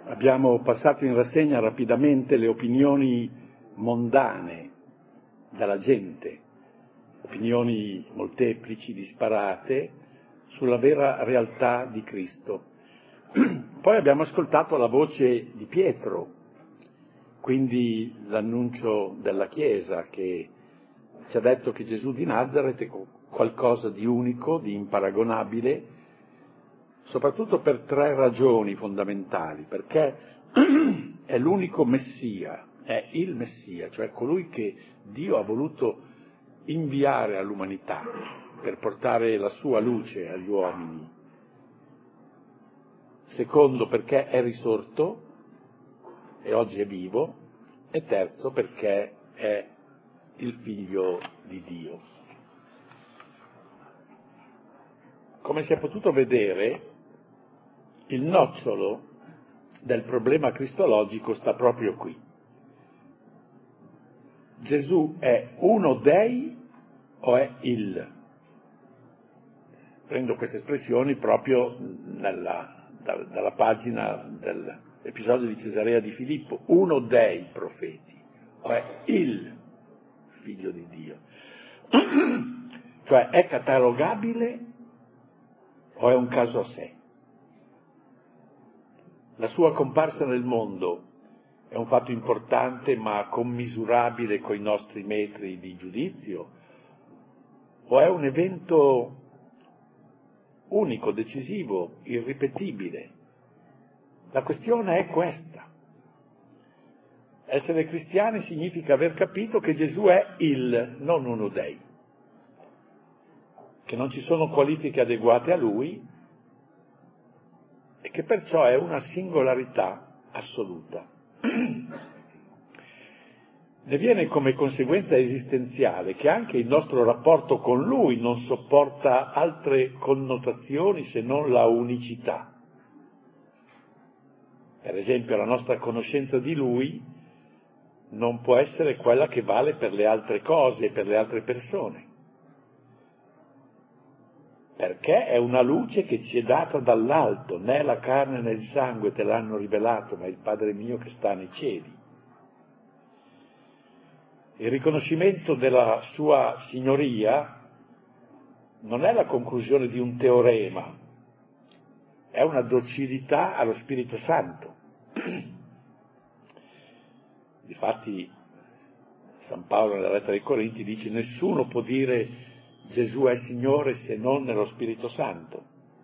Abbiamo passato in rassegna rapidamente le opinioni mondane della gente, opinioni molteplici, disparate, sulla vera realtà di Cristo. Poi abbiamo ascoltato la voce di Pietro, quindi l'annuncio della Chiesa, che ci ha detto che Gesù di Nazaret è qualcosa di unico, di imparagonabile, soprattutto per tre ragioni fondamentali, perché è l'unico Messia, è il Messia, cioè colui che Dio ha voluto inviare all'umanità per portare la sua luce agli uomini. Secondo, perché è risorto e oggi è vivo, e terzo, perché è il Figlio di Dio. Come si è potuto vedere, il nocciolo del problema cristologico sta proprio qui. Gesù è uno dei o è il? Prendo queste espressioni proprio dalla pagina dell'episodio di Cesarea di Filippo. Uno dei profeti o è il Figlio di Dio? Cioè è catalogabile o è un caso a sé? La sua comparsa nel mondo è un fatto importante ma commisurabile coi nostri metri di giudizio? O è un evento unico, decisivo, irripetibile? La questione è questa. Essere cristiani significa aver capito che Gesù è il, non uno dei, che non ci sono qualifiche adeguate a Lui e che perciò è una singolarità assoluta. Ne viene come conseguenza esistenziale che anche il nostro rapporto con Lui non sopporta altre connotazioni se non la unicità. Per esempio, la nostra conoscenza di Lui non può essere quella che vale per le altre cose e per le altre persone, perché è una luce che ci è data dall'alto, né la carne né il sangue te l'hanno rivelato, ma il Padre mio che sta nei cieli. Il riconoscimento della sua signoria non è la conclusione di un teorema, è una docilità allo Spirito Santo. Difatti San Paolo nella lettera ai Corinti dice: nessuno può dire Gesù è Signore se non nello Spirito Santo.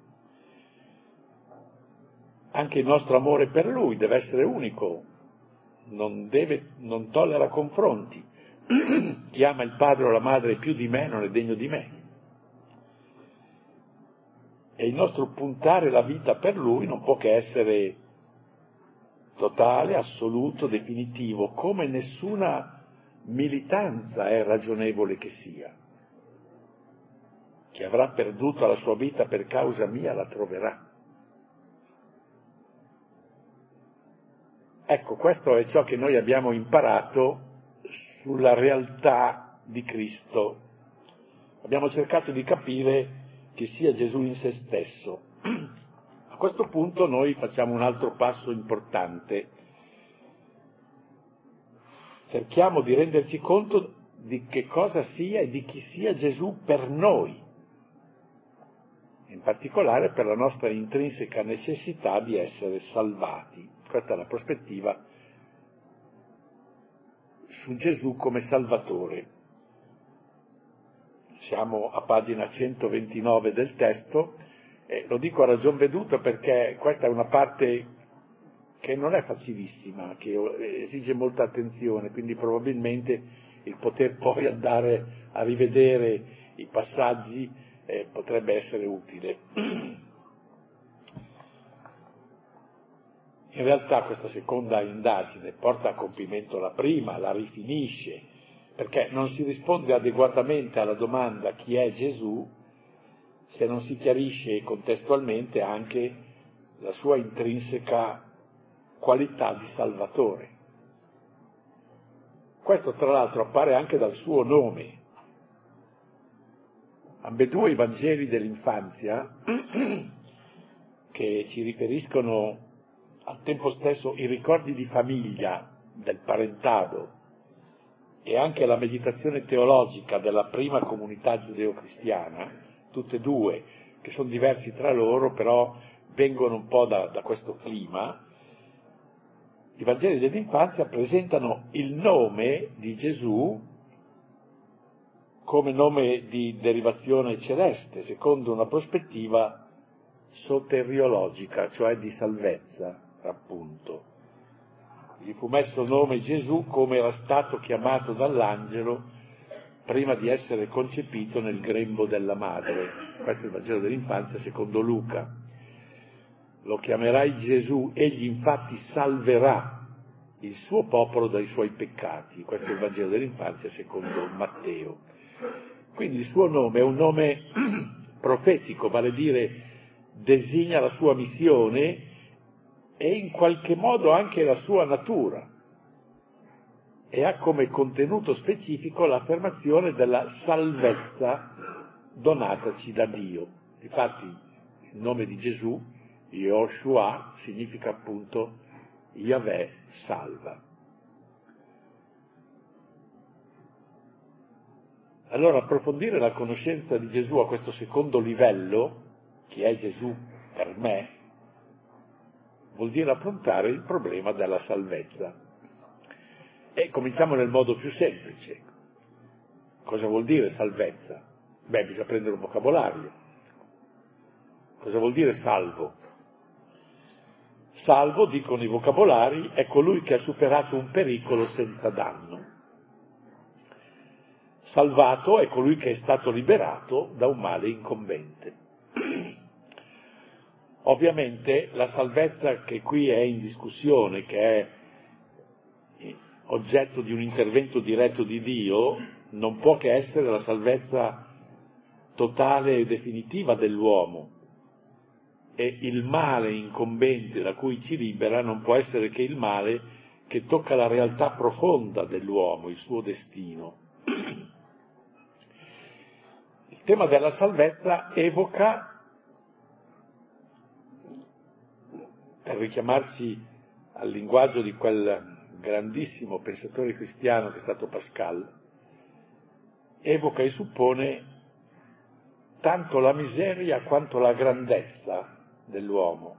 Anche il nostro amore per Lui deve essere unico, non tollera confronti. Chi ama il padre o la madre più di me non è degno di me. E il nostro puntare la vita per Lui non può che essere totale, assoluto, definitivo, come nessuna militanza è ragionevole che sia. Chi avrà perduto la sua vita per causa mia la troverà. Ecco, questo è ciò che noi abbiamo imparato sulla realtà di Cristo. Abbiamo cercato di capire che sia Gesù in se stesso. A questo punto noi facciamo un altro passo importante. Cerchiamo di renderci conto di che cosa sia e di chi sia Gesù per noi, in particolare per la nostra intrinseca necessità di essere salvati. Questa è la prospettiva su Gesù come Salvatore. Siamo a pagina 129 del testo, e lo dico a ragion veduta perché questa è una parte che non è facilissima, che esige molta attenzione, quindi probabilmente il poter poi andare a rivedere i passaggi potrebbe essere utile. In realtà questa seconda indagine porta a compimento la prima, la rifinisce, perché non si risponde adeguatamente alla domanda chi è Gesù se non si chiarisce contestualmente anche la sua intrinseca qualità di Salvatore. Questo tra l'altro appare anche dal suo nome. Ambedue i Vangeli dell'infanzia, che ci riferiscono al tempo stesso i ricordi di famiglia, del parentado, e anche la meditazione teologica della prima comunità giudeo-cristiana, tutte e due, che sono diversi tra loro, però vengono un po' da questo clima. I Vangeli dell'infanzia presentano il nome di Gesù come nome di derivazione celeste, secondo una prospettiva soteriologica, cioè di salvezza, appunto. Gli fu messo il nome Gesù come era stato chiamato dall'angelo prima di essere concepito nel grembo della madre. Questo è il Vangelo dell'infanzia secondo Luca. Lo chiamerai Gesù, egli infatti salverà il suo popolo dai suoi peccati. Questo è il Vangelo dell'infanzia secondo Matteo. Quindi il suo nome è un nome profetico, vale a dire designa la sua missione e in qualche modo anche la sua natura, e ha come contenuto specifico l'affermazione della salvezza donataci da Dio. Infatti il nome di Gesù, Yoshua, significa appunto Yahweh salva. Allora approfondire la conoscenza di Gesù a questo secondo livello, chi è Gesù per me, vuol dire affrontare il problema della salvezza. E cominciamo nel modo più semplice. Cosa vuol dire salvezza? Bisogna prendere un vocabolario. Cosa vuol dire salvo? Salvo, dicono i vocabolari, è colui che ha superato un pericolo senza danno. Salvato è colui che è stato liberato da un male incombente. Ovviamente la salvezza che qui è in discussione, che è oggetto di un intervento diretto di Dio, non può che essere la salvezza totale e definitiva dell'uomo, e il male incombente da cui ci libera non può essere che il male che tocca la realtà profonda dell'uomo, il suo destino. Il tema della salvezza evoca, per richiamarci al linguaggio di quel grandissimo pensatore cristiano che è stato Pascal, evoca e suppone tanto la miseria quanto la grandezza dell'uomo.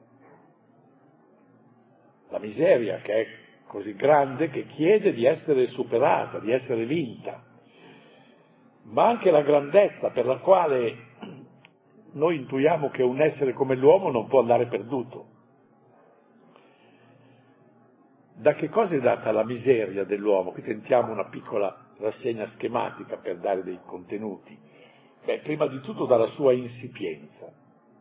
La miseria che è così grande che chiede di essere superata, di essere vinta, ma anche la grandezza per la quale noi intuiamo che un essere come l'uomo non può andare perduto. Da che cosa è data la miseria dell'uomo? Qui tentiamo una piccola rassegna schematica per dare dei contenuti. Prima di tutto dalla sua insipienza,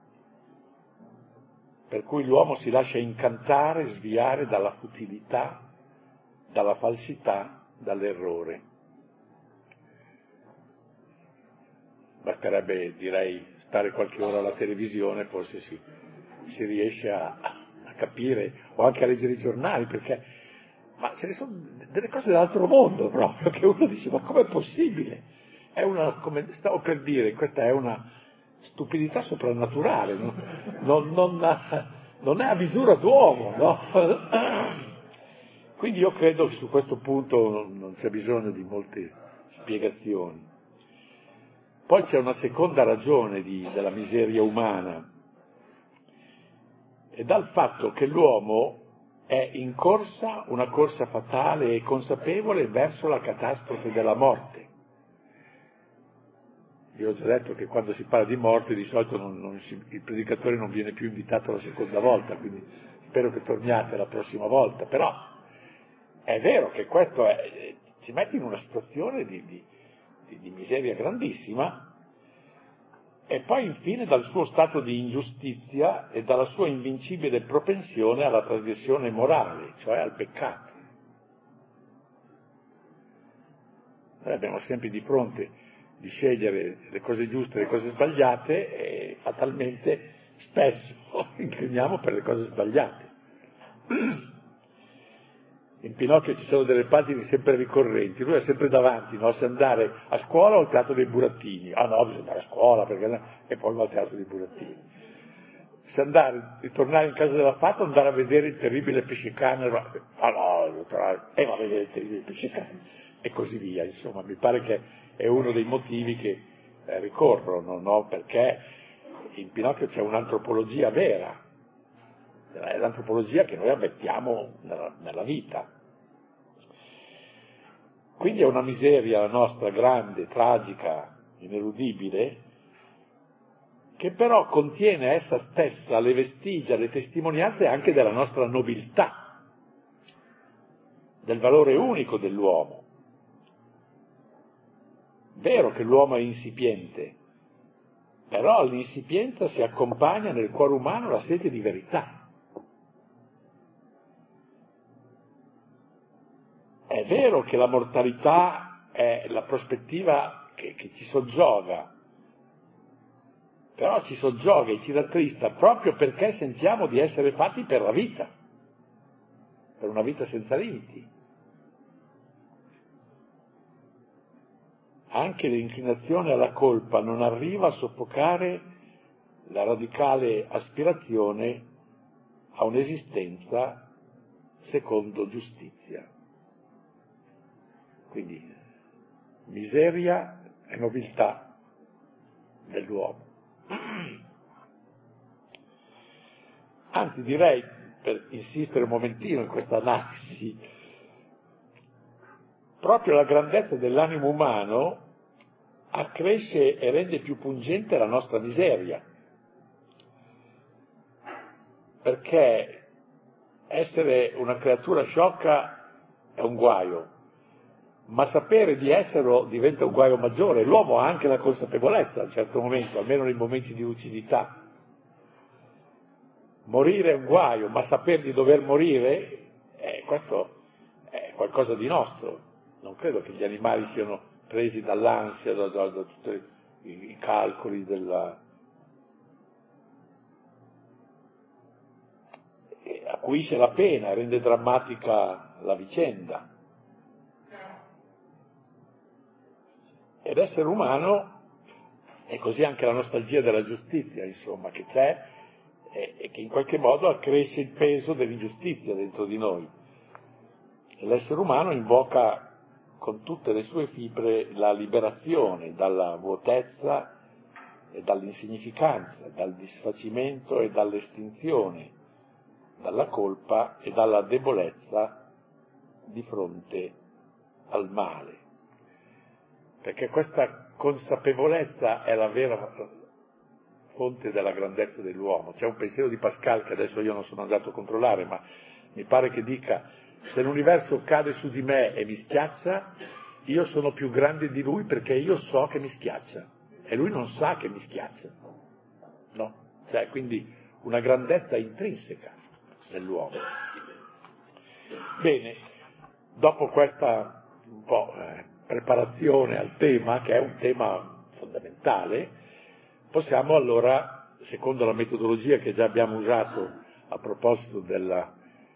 per cui l'uomo si lascia incantare, sviare dalla futilità, dalla falsità, dall'errore. Basterebbe, direi, stare qualche ora alla televisione, forse si riesce a capire, o anche a leggere i giornali, ma ce ne sono delle cose dell'altro mondo proprio, che uno dice, ma com'è possibile? Come stavo per dire, questa è una stupidità soprannaturale, non è a misura d'uomo, no? Quindi io credo che su questo punto non c'è bisogno di molte spiegazioni. Poi c'è una seconda ragione della miseria umana, e dal fatto che l'uomo è in corsa, una corsa fatale e consapevole verso la catastrofe della morte. Io ho già detto che quando si parla di morte di solito il predicatore non viene più invitato la seconda volta, quindi spero che torniate la prossima volta, però è vero che questo ci mette in una situazione di miseria grandissima. E poi infine dal suo stato di ingiustizia e dalla sua invincibile propensione alla trasgressione morale, cioè al peccato. Noi abbiamo sempre di fronte di scegliere le cose giuste e le cose sbagliate e fatalmente spesso incliniamo per le cose sbagliate. In Pinocchio ci sono delle pagine sempre ricorrenti, lui è sempre davanti, no? Se andare a scuola o al teatro dei burattini. Ah no, bisogna andare a scuola, e poi va al teatro dei burattini. se ritornare in casa della fata, andare a vedere il terribile pescecane, va a vedere il terribile pescecane, e così via. Insomma, mi pare che è uno dei motivi che ricorrono, no? Perché in Pinocchio c'è un'antropologia vera, è l'antropologia che noi avvertiamo nella vita. Quindi è una miseria la nostra, grande, tragica, ineludibile, che però contiene essa stessa le vestigia, le testimonianze anche della nostra nobiltà, del valore unico dell'uomo. Vero che l'uomo è insipiente, però all'insipienza si accompagna nel cuore umano la sete di verità. È vero che la mortalità è la prospettiva che ci soggioga, però ci soggioga e ci rattrista proprio perché sentiamo di essere fatti per la vita, per una vita senza limiti. Anche l'inclinazione alla colpa non arriva a soffocare la radicale aspirazione a un'esistenza secondo giustizia. Quindi miseria e nobiltà dell'uomo. Anzi, direi, per insistere un momentino in questa analisi, proprio la grandezza dell'animo umano accresce e rende più pungente la nostra miseria, perché essere una creatura sciocca è un guaio, ma sapere di esserlo diventa un guaio maggiore. L'uomo ha anche la consapevolezza a un certo momento, almeno nei momenti di lucidità. Morire è un guaio, ma saper di dover morire, questo è qualcosa di nostro. Non credo che gli animali siano presi dall'ansia, da tutti i calcoli acuisce la pena, rende drammatica la vicenda. Ed essere umano è così anche la nostalgia della giustizia, insomma, che c'è e che in qualche modo accresce il peso dell'ingiustizia dentro di noi. E l'essere umano invoca con tutte le sue fibre la liberazione dalla vuotezza e dall'insignificanza, dal disfacimento e dall'estinzione, dalla colpa e dalla debolezza di fronte al male. Perché questa consapevolezza è la vera fonte della grandezza dell'uomo. C'è un pensiero di Pascal che adesso io non sono andato a controllare, ma mi pare che dica: se l'universo cade su di me e mi schiaccia, io sono più grande di lui perché io so che mi schiaccia e lui non sa che mi schiaccia. No? C'è quindi una grandezza intrinseca nell'uomo. Bene, dopo questa un po' preparazione al tema, che è un tema fondamentale, possiamo allora, secondo la metodologia che già abbiamo usato a proposito della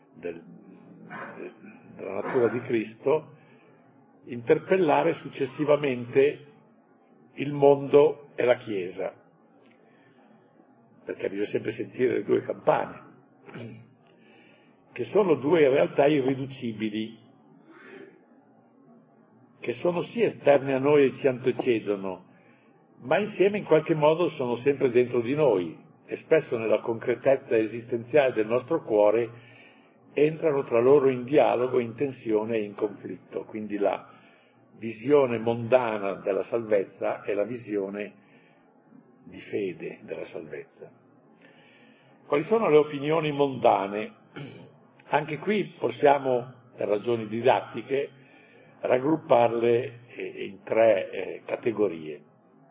natura di Cristo, interpellare successivamente il mondo e la Chiesa, perché bisogna sempre sentire le due campane, che sono due realtà irriducibili, che sono sì esterne a noi e ci antecedono, ma insieme in qualche modo sono sempre dentro di noi e spesso nella concretezza esistenziale del nostro cuore entrano tra loro in dialogo, in tensione e in conflitto. Quindi la visione mondana della salvezza è la visione di fede della salvezza. Quali sono le opinioni mondane? Anche qui possiamo, per ragioni didattiche, raggrupparle in tre categorie.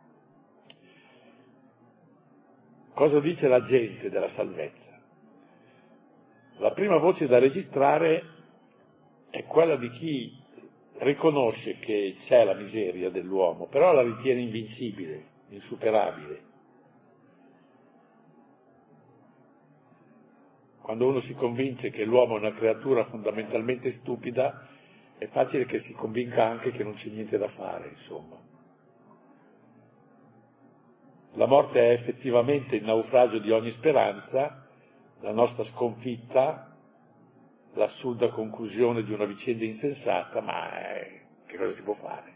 Cosa dice la gente della salvezza? La prima voce da registrare è quella di chi riconosce che c'è la miseria dell'uomo, però la ritiene invincibile, insuperabile. Quando uno si convince che l'uomo è una creatura fondamentalmente stupida, è facile che si convinca anche che non c'è niente da fare, insomma. La morte è effettivamente il naufragio di ogni speranza, la nostra sconfitta, l'assurda conclusione di una vicenda insensata, ma che cosa si può fare?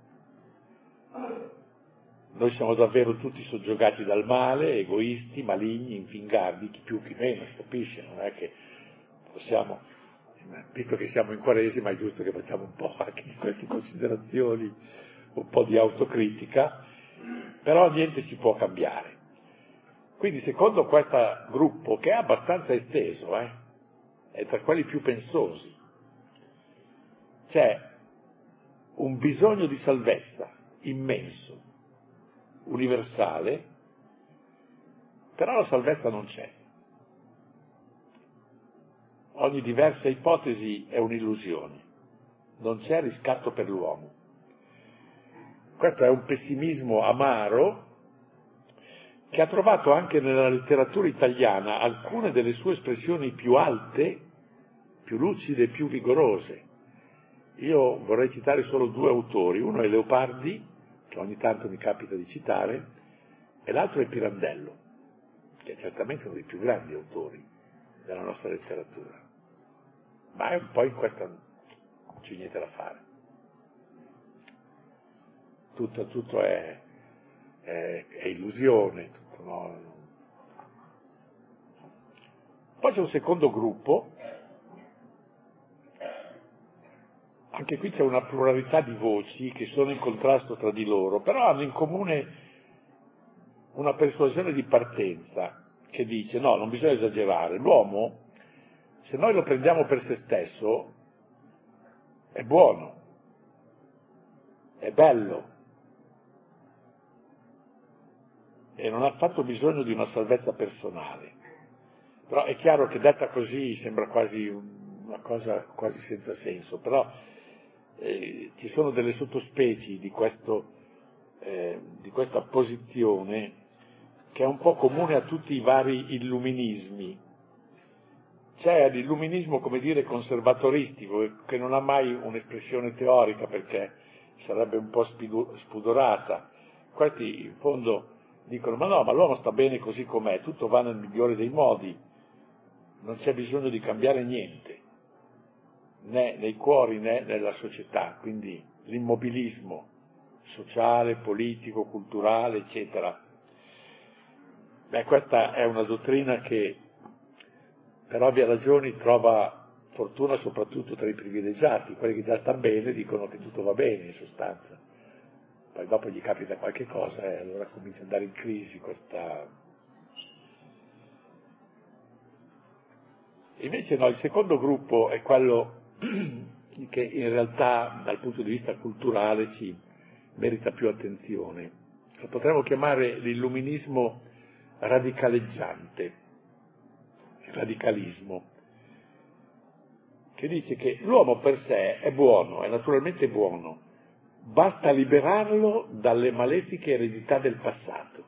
Noi siamo davvero tutti soggiogati dal male, egoisti, maligni, infingardi, chi più chi meno, si capisce, non è che possiamo, visto che siamo in Quaresima, è giusto che facciamo un po' anche di queste considerazioni, un po' di autocritica, però niente ci può cambiare. Quindi secondo questo gruppo, che è abbastanza esteso, è tra quelli più pensosi, c'è un bisogno di salvezza immenso, universale, però la salvezza non c'è. Ogni diversa ipotesi è un'illusione, non c'è riscatto per l'uomo. Questo è un pessimismo amaro che ha trovato anche nella letteratura italiana alcune delle sue espressioni più alte, più lucide e più vigorose. Io vorrei citare solo due autori, uno è Leopardi, che ogni tanto mi capita di citare, e l'altro è Pirandello, che è certamente uno dei più grandi autori della nostra letteratura. Ma è un po' in questa non c'è niente da fare. Tutto è illusione, tutto, no? Poi c'è un secondo gruppo, anche qui c'è una pluralità di voci che sono in contrasto tra di loro, però hanno in comune una persuasione di partenza che dice no, non bisogna esagerare, l'uomo, se noi lo prendiamo per se stesso, è buono, è bello, e non ha affatto bisogno di una salvezza personale. Però è chiaro che detta così sembra quasi una cosa quasi senza senso, però ci sono delle sottospecie di questa posizione che è un po' comune a tutti i vari illuminismi. C'è l'illuminismo, come dire, conservatoristico, che non ha mai un'espressione teorica perché sarebbe un po' spudorata. Questi in fondo dicono ma no, ma l'uomo sta bene così com'è, tutto va nel migliore dei modi, non c'è bisogno di cambiare niente, né nei cuori né nella società, quindi l'immobilismo sociale, politico, culturale, eccetera. Beh, questa è una dottrina che per ovvie ragioni trova fortuna soprattutto tra i privilegiati, quelli che già stanno bene dicono che tutto va bene in sostanza. Poi dopo gli capita qualche cosa e allora comincia ad andare in crisi questa. Invece no, il secondo gruppo è quello che in realtà dal punto di vista culturale ci merita più attenzione. Lo potremmo chiamare l'illuminismo radicaleggiante, il radicalismo, che dice che l'uomo per sé è buono, è naturalmente buono, basta liberarlo dalle malefiche eredità del passato.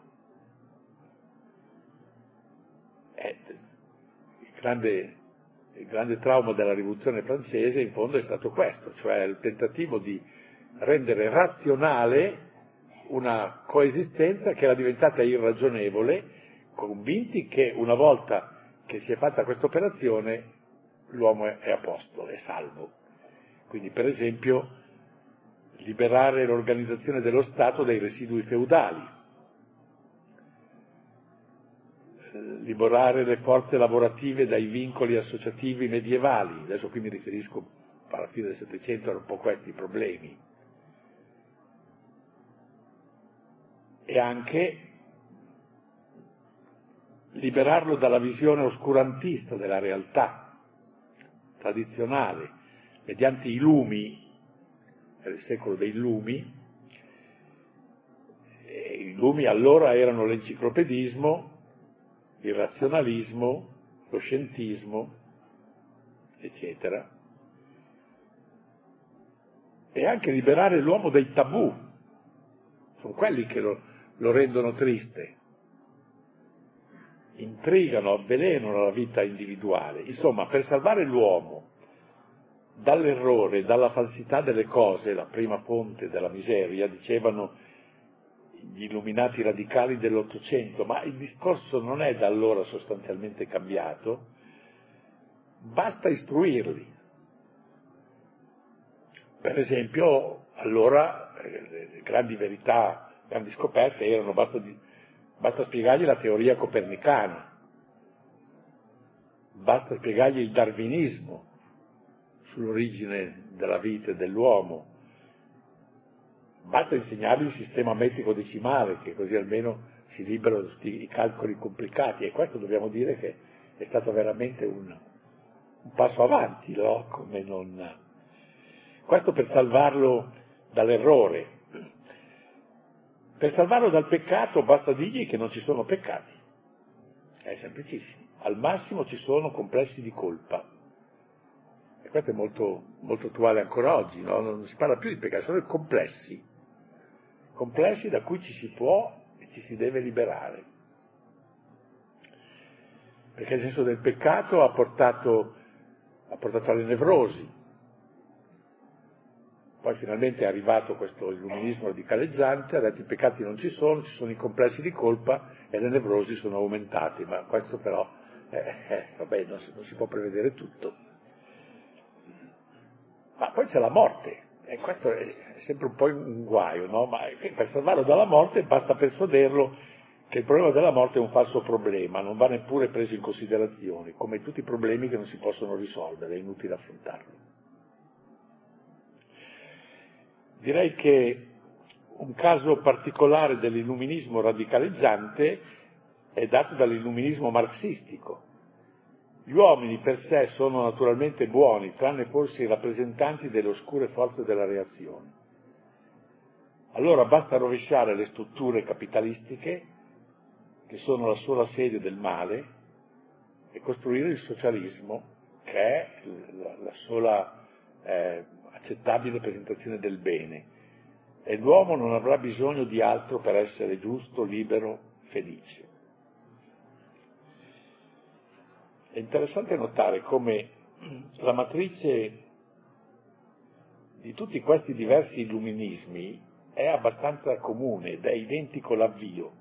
Il grande trauma della rivoluzione francese in fondo è stato questo, cioè il tentativo di rendere razionale una coesistenza che era diventata irragionevole, convinti che una volta che si è fatta questa operazione l'uomo è a posto, è salvo. Quindi per esempio liberare l'organizzazione dello Stato dai residui feudali, liberare le forze lavorative dai vincoli associativi medievali, adesso qui mi riferisco alla fine del Settecento, erano un po' questi i problemi, e anche liberarlo dalla visione oscurantista della realtà tradizionale, mediante i lumi, era il secolo dei lumi, e i lumi allora erano l'enciclopedismo, il razionalismo, lo scientismo, eccetera. E anche liberare l'uomo dai tabù, sono quelli che lo rendono triste, intrigano, avvelenano la vita individuale. Insomma, per salvare l'uomo dall'errore, dalla falsità delle cose, la prima fonte della miseria, dicevano gli illuminati radicali dell'Ottocento, ma il discorso non è da allora sostanzialmente cambiato, basta istruirli. Per esempio, allora le grandi verità, grandi scoperte erano, basta spiegargli la teoria copernicana, basta spiegargli il darwinismo sull'origine della vita e dell'uomo, basta insegnargli il sistema metrico decimale, che così almeno si liberano da tutti i calcoli complicati, e questo dobbiamo dire che è stato veramente un passo avanti, no? Questo per salvarlo dall'errore. Per salvarlo dal peccato basta dirgli che non ci sono peccati, è semplicissimo, al massimo ci sono complessi di colpa, e questo è molto, molto attuale ancora oggi, no? Non si parla più di peccati, sono complessi da cui ci si può e ci si deve liberare, perché il senso del peccato ha portato alle nevrosi. Poi finalmente è arrivato questo illuminismo radicaleggiante, ha detto i peccati non ci sono i complessi di colpa e le nevrosi sono aumentate, ma questo però, vabbè, non si può prevedere tutto. Ma poi c'è la morte, e questo è sempre un po' un guaio, no? Ma per salvarlo dalla morte basta persuaderlo che il problema della morte è un falso problema, non va neppure preso in considerazione, come tutti i problemi che non si possono risolvere, è inutile affrontarlo. Direi che un caso particolare dell'illuminismo radicaleggiante è dato dall'illuminismo marxistico. Gli uomini per sé sono naturalmente buoni, tranne forse i rappresentanti delle oscure forze della reazione. Allora basta rovesciare le strutture capitalistiche, che sono la sola sede del male, e costruire il socialismo, che è la sola accettabile presentazione del bene, e l'uomo non avrà bisogno di altro per essere giusto, libero, felice. È interessante notare come la matrice di tutti questi diversi illuminismi è abbastanza comune ed è identico l'avvio.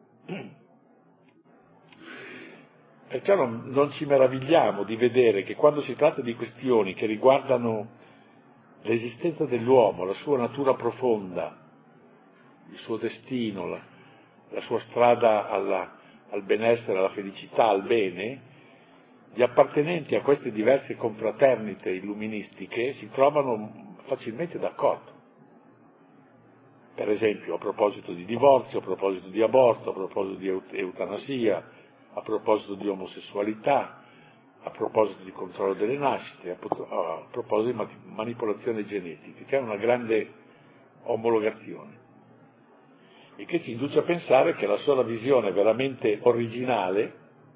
Perciò non ci meravigliamo di vedere che quando si tratta di questioni che riguardano l'esistenza dell'uomo, la sua natura profonda, il suo destino, la sua strada al benessere, alla felicità, al bene, gli appartenenti a queste diverse confraternite illuministiche si trovano facilmente d'accordo. Per esempio, a proposito di divorzio, a proposito di aborto, a proposito di eutanasia, a proposito di omosessualità, a proposito di controllo delle nascite, a proposito di manipolazione genetica. C'è una grande omologazione, e che ci induce a pensare che la sola visione veramente originale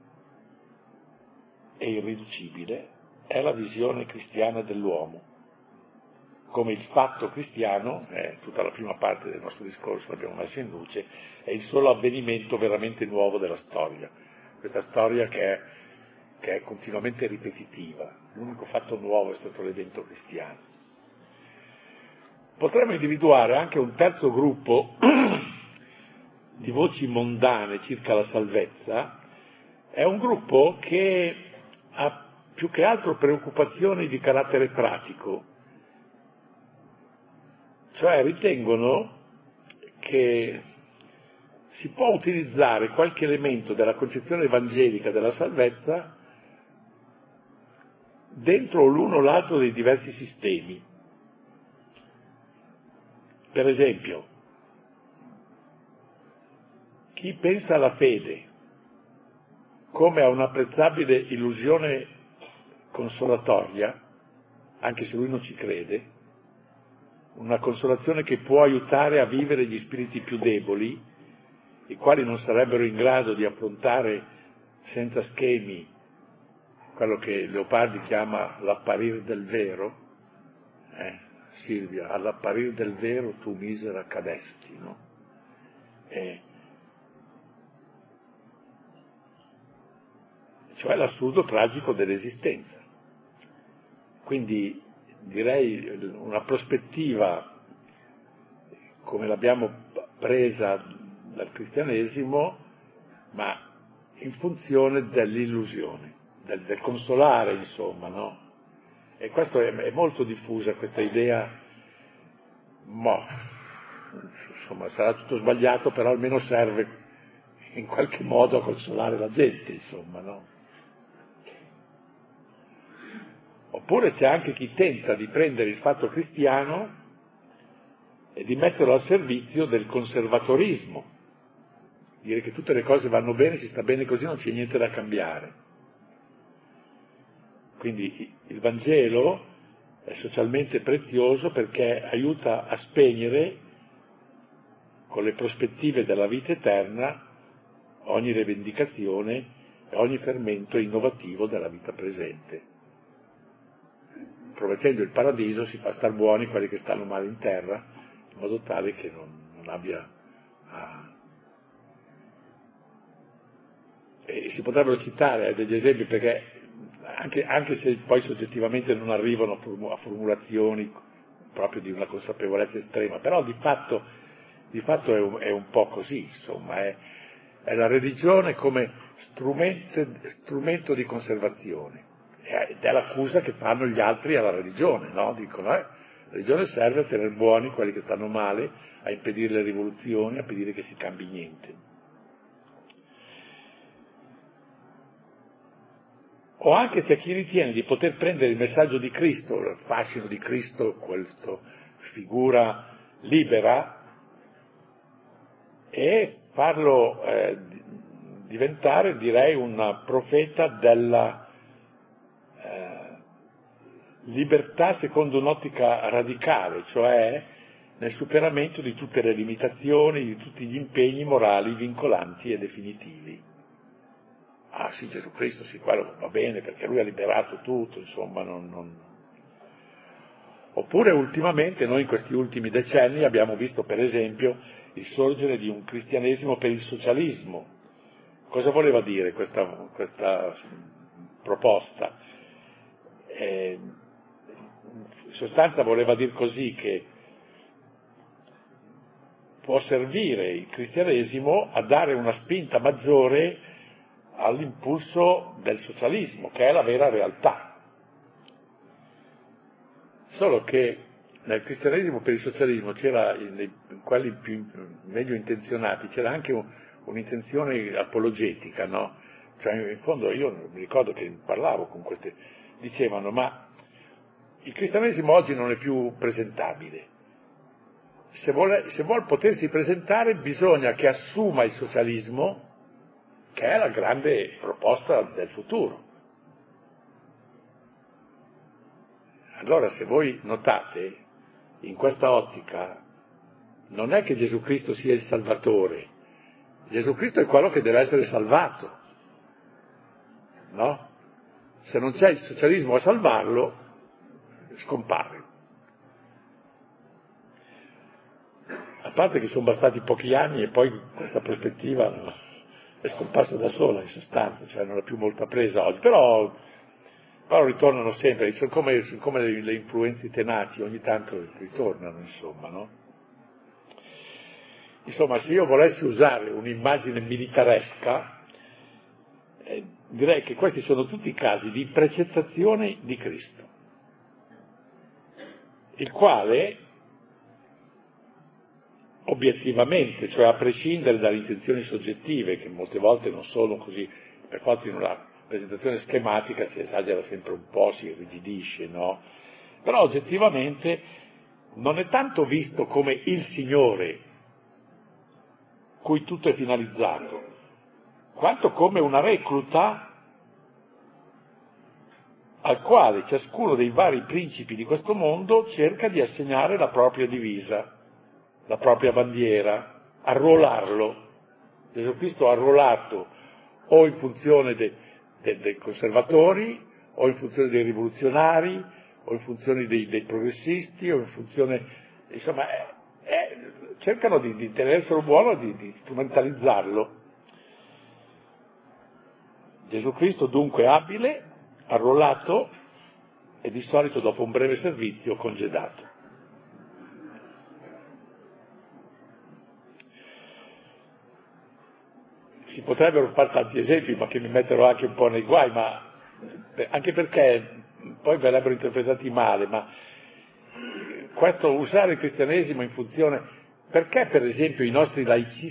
e irriducibile è la visione cristiana dell'uomo, come il fatto cristiano, tutta la prima parte del nostro discorso l'abbiamo messo in luce, è il solo avvenimento veramente nuovo della storia, questa storia che è continuamente ripetitiva, l'unico fatto nuovo è stato l'evento cristiano. Potremmo individuare anche un terzo gruppo di voci mondane circa la salvezza, è un gruppo che ha più che altro preoccupazioni di carattere pratico, cioè ritengono che si può utilizzare qualche elemento della concezione evangelica della salvezza dentro l'uno o l'altro dei diversi sistemi. Per esempio, chi pensa alla fede come a un'apprezzabile illusione consolatoria, anche se lui non ci crede, una consolazione che può aiutare a vivere gli spiriti più deboli, i quali non sarebbero in grado di affrontare senza schemi quello che Leopardi chiama l'apparir del vero, Silvia, all'apparir del vero tu misera cadesti, no? Cioè l'assurdo tragico dell'esistenza. Quindi direi una prospettiva come l'abbiamo presa dal cristianesimo, ma in funzione dell'illusione, del consolare, insomma, no? E questo è molto diffusa, questa idea, insomma, sarà tutto sbagliato, però almeno serve in qualche modo a consolare la gente, insomma, no? Oppure c'è anche chi tenta di prendere il fatto cristiano e di metterlo al servizio del conservatorismo, dire che tutte le cose vanno bene, si sta bene così, non c'è niente da cambiare. Quindi il Vangelo è socialmente prezioso perché aiuta a spegnere, con le prospettive della vita eterna, ogni rivendicazione e ogni fermento innovativo della vita presente. Promettendo il paradiso si fa star buoni quelli che stanno male in terra, in modo tale che non abbia E si potrebbero citare degli esempi, perché anche se poi soggettivamente non arrivano a formulazioni proprio di una consapevolezza estrema, però di fatto è un po' così, insomma, è la religione come strumento di conservazione, ed è l'accusa che fanno gli altri alla religione, no? Dicono, la religione serve a tenere buoni quelli che stanno male, a impedire le rivoluzioni, a impedire che si cambi niente. O anche c'è chi ritiene di poter prendere il messaggio di Cristo, il fascino di Cristo, questa figura libera, e farlo diventare, direi, un profeta della libertà secondo un'ottica radicale, cioè nel superamento di tutte le limitazioni, di tutti gli impegni morali vincolanti e definitivi. Ah sì, Gesù Cristo sì, quello va bene perché lui ha liberato tutto, insomma, Oppure ultimamente, noi in questi ultimi decenni abbiamo visto per esempio il sorgere di un cristianesimo per il socialismo. Cosa voleva dire questa proposta? In sostanza voleva dire così, che può servire il cristianesimo a dare una spinta maggiore all'impulso del socialismo, che è la vera realtà. Solo che nel cristianesimo per il socialismo c'era, in quelli più meglio intenzionati, c'era anche un'intenzione apologetica, no? Cioè, in fondo io mi ricordo che parlavo con queste, dicevano, ma il cristianesimo oggi non è più presentabile. Se vuol potersi presentare bisogna che assuma il socialismo, che è la grande proposta del futuro. Allora, se voi notate, in questa ottica, non è che Gesù Cristo sia il Salvatore, Gesù Cristo è quello che deve essere salvato, no? Se non c'è il socialismo a salvarlo, scompare. A parte che sono bastati pochi anni e poi questa prospettiva è scomparsa da sola, in sostanza, cioè non ha più molta presa oggi, però ritornano sempre, sono come le influenze tenaci, ogni tanto ritornano, insomma, no? Insomma, se io volessi usare un'immagine militaresca, direi che questi sono tutti casi di precettazione di Cristo, il quale, obiettivamente, cioè a prescindere dalle intenzioni soggettive, che molte volte non sono così, per forza in una presentazione schematica si esagera sempre un po', si irrigidisce, no? Però oggettivamente non è tanto visto come il Signore cui tutto è finalizzato, quanto come una recluta al quale ciascuno dei vari principi di questo mondo cerca di assegnare la propria divisa, la propria bandiera, arruolarlo. Gesù Cristo ha arruolato o in funzione dei conservatori, o in funzione dei rivoluzionari, o in funzione dei progressisti, o in funzione, insomma, cercano di tenerselo buono, di strumentalizzarlo. Gesù Cristo dunque abile, arruolato e di solito dopo un breve servizio congedato. si potrebbero fare tanti esempi, ma che mi metterò anche un po' nei guai, ma anche perché poi verrebbero interpretati male, ma questo usare il cristianesimo in funzione, perché per esempio i nostri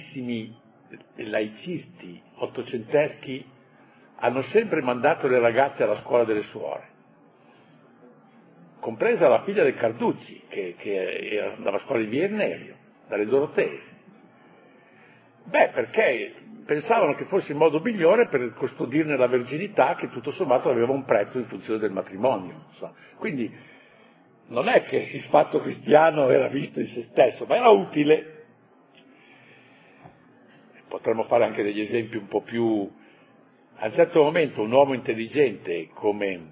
laicisti ottocenteschi hanno sempre mandato le ragazze alla scuola delle suore, compresa la figlia del Carducci, che andava a scuola di Via Ennelio, dalle Dorotee. Perché pensavano che fosse il modo migliore per custodirne la verginità, che tutto sommato aveva un prezzo in funzione del matrimonio. Quindi non è che il fatto cristiano era visto in se stesso, ma era utile. Potremmo fare anche degli esempi un po' più... A un certo momento un uomo intelligente come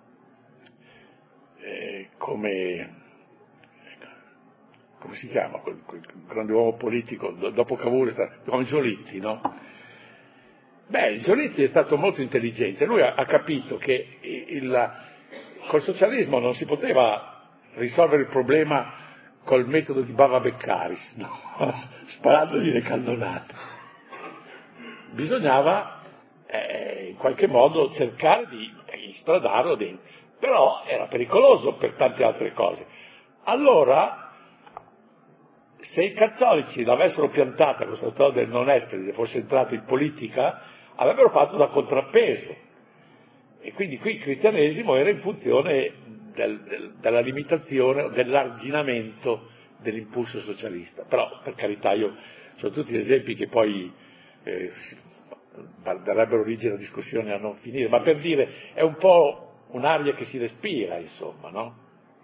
si chiama quel grande uomo politico dopo Cavour, come Giolitti, no? Giolitti è stato molto intelligente, lui ha capito che col socialismo non si poteva risolvere il problema col metodo di Bava Beccaris, no? Sparandogli le cannonate. Bisognava in qualche modo cercare di instradarlo dentro, però era pericoloso per tante altre cose. Allora, se i cattolici l'avessero piantata questa storia del non esplodere, fosse entrato in politica, avrebbero fatto da contrappeso. E quindi qui il cristianesimo era in funzione della limitazione, dell'arginamento dell'impulso socialista. Però, per carità, sono tutti esempi che poi darebbero origine a discussioni a non finire, ma per dire, è un po' un'aria che si respira, insomma, no?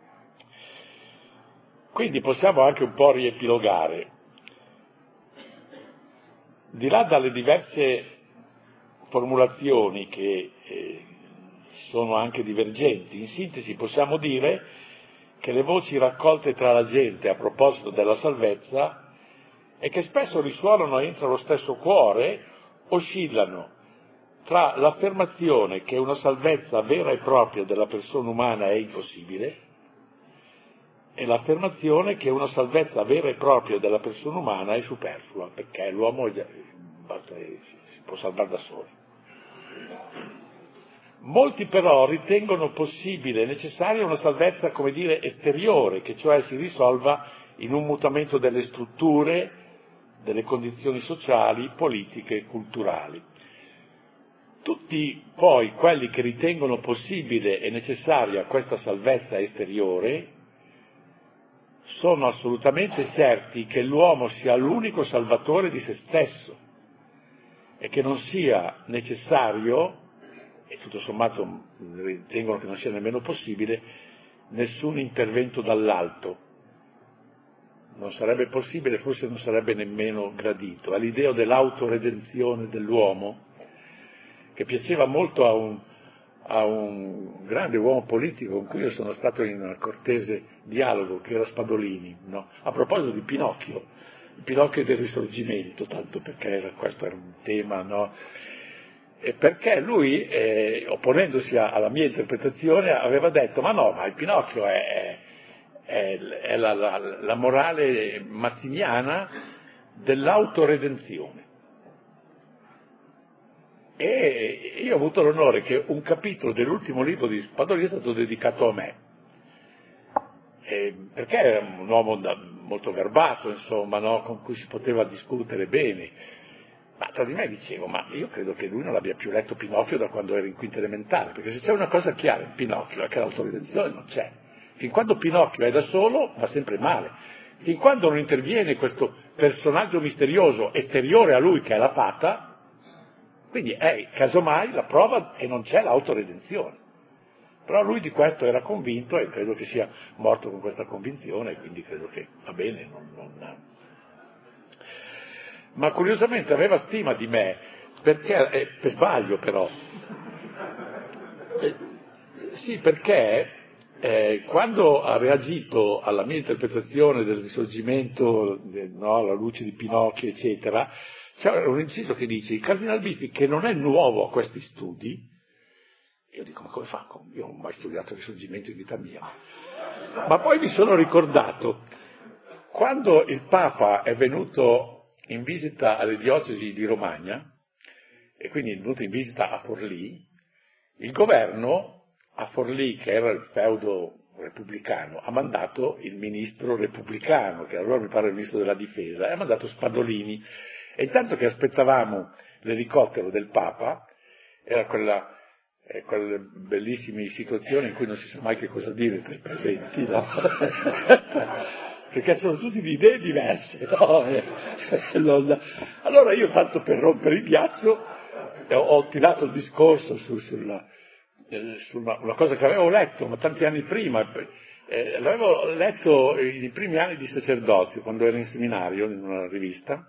Quindi possiamo anche un po' riepilogare. Di là dalle diverse formulazioni che sono anche divergenti, in sintesi possiamo dire che le voci raccolte tra la gente a proposito della salvezza e che spesso risuonano entro lo stesso cuore, oscillano tra l'affermazione che una salvezza vera e propria della persona umana è impossibile e l'affermazione che una salvezza vera e propria della persona umana è superflua, perché l'uomo si può salvare da solo. Molti però ritengono possibile e necessaria una salvezza, come dire, esteriore, che cioè si risolva in un mutamento delle strutture, delle condizioni sociali, politiche e culturali. Tutti poi quelli che ritengono possibile e necessaria questa salvezza esteriore sono assolutamente certi che l'uomo sia l'unico salvatore di se stesso e che non sia necessario, e tutto sommato ritengono che non sia nemmeno possibile, nessun intervento dall'alto. Non sarebbe possibile, forse non sarebbe nemmeno gradito. All'idea dell'autoredenzione dell'uomo, che piaceva molto a un grande uomo politico con cui io sono stato in cortese dialogo, che era Spadolini, no? A proposito di Pinocchio, il Pinocchio del Risorgimento, tanto perché questo era un tema, no? E perché lui, opponendosi alla mia interpretazione, aveva detto, ma il Pinocchio è la morale mazziniana dell'autoredenzione. E io ho avuto l'onore che un capitolo dell'ultimo libro di Spadolini è stato dedicato a me, perché era un uomo molto garbato, insomma, no? Con cui si poteva discutere bene, ma tra di me dicevo, ma io credo che lui non abbia più letto Pinocchio da quando era in quinta elementare, perché se c'è una cosa chiara in Pinocchio è che l'autoredenzione non c'è. Fin quando Pinocchio è da solo va sempre male, fin quando non interviene questo personaggio misterioso esteriore a lui che è la fata, quindi è casomai la prova che non c'è l'autoredenzione. Però lui di questo era convinto e credo che sia morto con questa convinzione, quindi credo che va bene. Ma curiosamente aveva stima di me, perché, per sbaglio però, sì, perché quando ha reagito alla mia interpretazione del Risorgimento, no, alla luce di Pinocchio, eccetera, c'è un inciso che dice, il Cardinal Biffi, che non è nuovo a questi studi, io dico, ma come fa? Io non ho mai studiato il Risorgimento in vita mia. Ma poi mi sono ricordato, quando il Papa è venuto in visita alle diocesi di Romagna, e quindi è venuto in visita a Forlì. Il governo a Forlì, che era il feudo repubblicano, ha mandato il ministro repubblicano, che allora mi pare il ministro della difesa, e ha mandato Spadolini. E intanto che aspettavamo l'elicottero del Papa, era quelle bellissime situazioni in cui non si sa mai che cosa dire tra i presenti, no? Perché sono tutti di idee diverse, no? Allora io, tanto per rompere il ghiaccio, ho tirato il discorso su una cosa che avevo letto, ma tanti anni prima, l'avevo letto nei primi anni di sacerdozio, quando ero in seminario, in una rivista,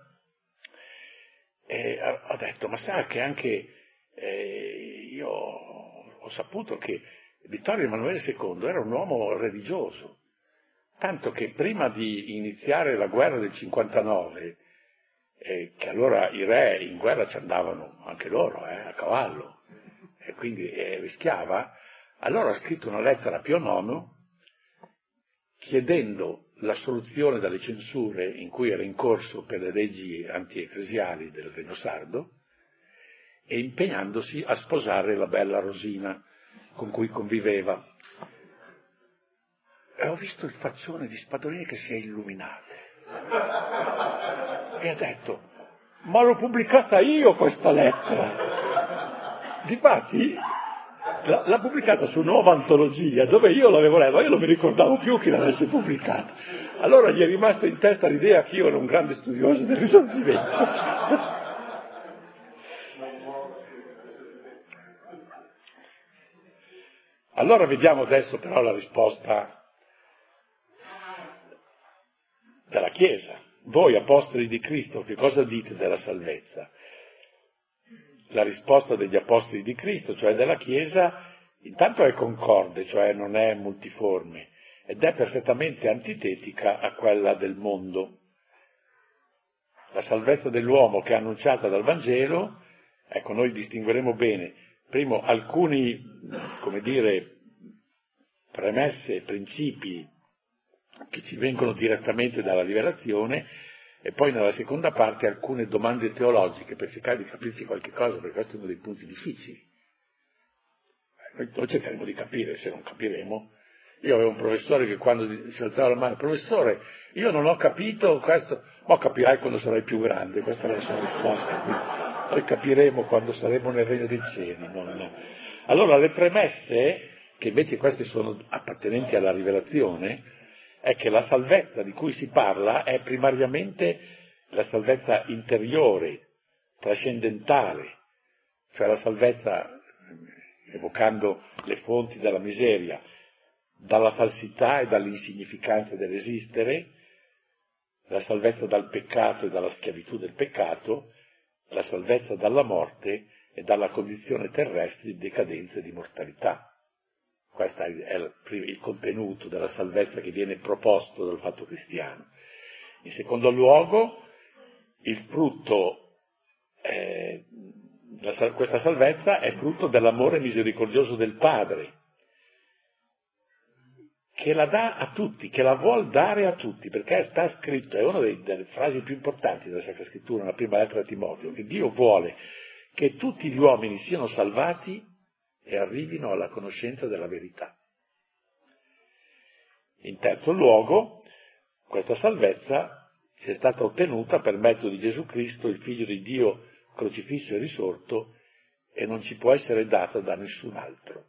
e ho detto, ma sa che anche io ho saputo che Vittorio Emanuele II era un uomo religioso, tanto che prima di iniziare la guerra del 59, che allora i re in guerra ci andavano anche loro, a cavallo, e quindi rischiava, allora ha scritto una lettera a Pio IX chiedendo l'assoluzione dalle censure in cui era in corso per le leggi anti-ecclesiali del Regno Sardo e impegnandosi a sposare la bella Rosina con cui conviveva. E ho visto il faccione di Spadolini che si è illuminato e ha detto, ma l'ho pubblicata io questa lettera. Difatti l'ha pubblicata su Nuova Antologia, dove io l'avevo letto, ma io non mi ricordavo più chi l'avesse pubblicata. Allora gli è rimasta in testa l'idea che io ero un grande studioso del Risorgimento. Allora vediamo adesso però la risposta della Chiesa. Voi, apostoli di Cristo, che cosa dite della salvezza? La risposta degli apostoli di Cristo, cioè della Chiesa, intanto è concorde, cioè non è multiforme, ed è perfettamente antitetica a quella del mondo. La salvezza dell'uomo che è annunciata dal Vangelo, ecco, noi distingueremo bene, primo, alcuni, premesse, principi che ci vengono direttamente dalla rivelazione, e poi nella seconda parte alcune domande teologiche per cercare di capirci qualche cosa, perché questo è uno dei punti difficili. Noi cercheremo di capire, se non capiremo. Io avevo un professore che quando si alzava la mano, professore, io non ho capito questo, ma capirai quando sarai più grande, questa è la sua risposta. Noi capiremo quando saremo nel regno dei cieli. Allora le premesse, che invece queste sono appartenenti alla rivelazione, è che la salvezza di cui si parla è primariamente la salvezza interiore, trascendentale, cioè la salvezza, evocando le fonti della miseria, dalla falsità e dall'insignificanza dell'esistere, la salvezza dal peccato e dalla schiavitù del peccato, la salvezza dalla morte e dalla condizione terrestre di decadenza e di mortalità. Questo è il contenuto della salvezza che viene proposto dal fatto cristiano. In secondo luogo, il frutto, questa salvezza è frutto dell'amore misericordioso del Padre, che la dà a tutti, che la vuol dare a tutti, perché sta scritto, è una delle frasi più importanti della Sacra Scrittura, nella prima lettera a Timoteo, che Dio vuole che tutti gli uomini siano salvati e arrivino alla conoscenza della verità. In terzo luogo, questa salvezza ci è stata ottenuta per mezzo di Gesù Cristo, il Figlio di Dio crocifisso e risorto, e non ci può essere data da nessun altro.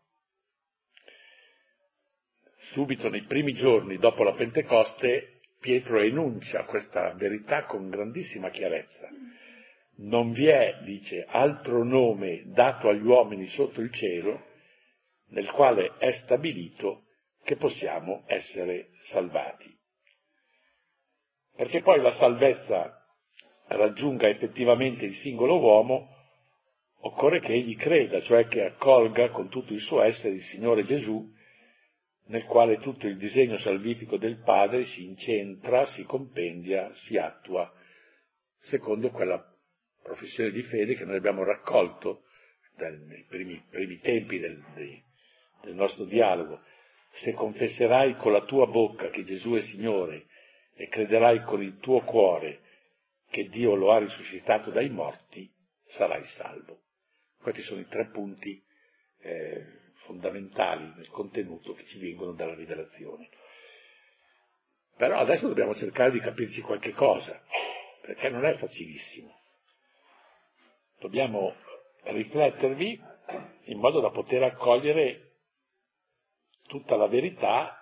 Subito nei primi giorni dopo la Pentecoste, Pietro enuncia questa verità con grandissima chiarezza. Non vi è, dice, altro nome dato agli uomini sotto il cielo nel quale è stabilito che possiamo essere salvati. Perché poi la salvezza raggiunga effettivamente il singolo uomo, occorre che egli creda, cioè che accolga con tutto il suo essere il Signore Gesù, nel quale tutto il disegno salvifico del Padre si incentra, si compendia, si attua, secondo quella professione di fede che noi abbiamo raccolto nei primi tempi del nostro dialogo. Se confesserai con la tua bocca che Gesù è Signore e crederai con il tuo cuore che Dio lo ha risuscitato dai morti, sarai salvo. Questi sono i 3 punti fondamentali nel contenuto che ci vengono dalla rivelazione. Però adesso dobbiamo cercare di capirci qualche cosa, perché non è facilissimo. Dobbiamo riflettervi in modo da poter accogliere tutta la verità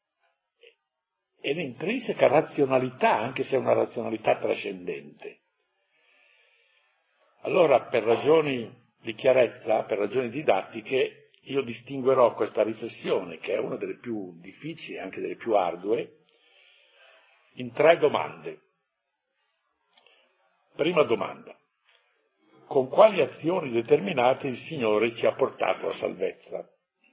e l'intrinseca razionalità, anche se è una razionalità trascendente. Allora, per ragioni di chiarezza, per ragioni didattiche, io distinguerò questa riflessione, che è una delle più difficili e anche delle più ardue, in 3 domande. Prima domanda: con quali azioni determinate il Signore ci ha portato a salvezza?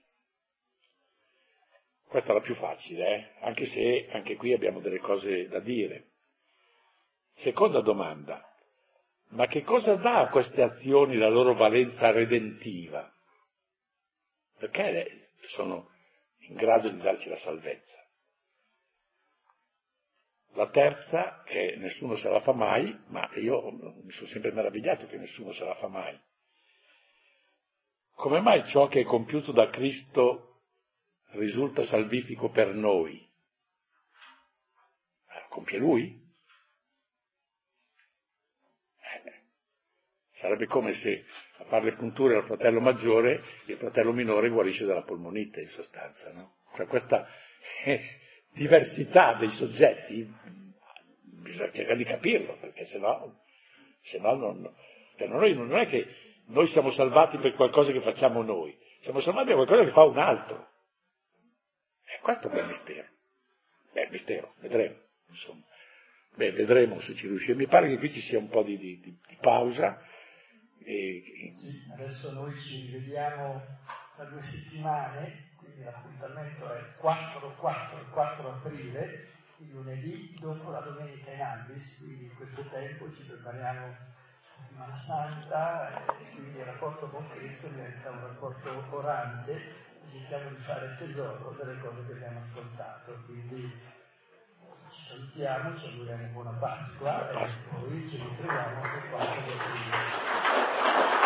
Questa è la più facile, anche se anche qui abbiamo delle cose da dire. Seconda domanda: ma che cosa dà a queste azioni la loro valenza redentiva? Perché sono in grado di darci la salvezza? La terza, che nessuno se la fa mai, ma io mi sono sempre meravigliato che nessuno se la fa mai. Come mai ciò che è compiuto da Cristo risulta salvifico per noi? Compie Lui? Sarebbe come se a fare le punture al fratello maggiore, il fratello minore guarisce dalla polmonite, in sostanza, no? Cioè questa diversità dei soggetti bisogna cercare di capirlo, perché sennò non è che noi siamo salvati per qualcosa che facciamo noi, siamo salvati per qualcosa che fa un altro. E questo è un bel mistero. Mistero, vedremo, insomma. Vedremo se ci riusciamo. Mi pare che qui ci sia un po' di pausa. Sì, adesso noi ci rivediamo tra 2 settimane, quindi l'appuntamento è 4 aprile, il lunedì dopo la domenica in Albis, quindi in questo tempo ci prepariamo a Settimana Santa e quindi il rapporto con Cristo diventa un rapporto orante e cerchiamo di fare tesoro delle cose che abbiamo ascoltato. Quindi ci salutiamo, ci auguriamo buona Pasqua e poi ci ritroviamo per 4 aprile.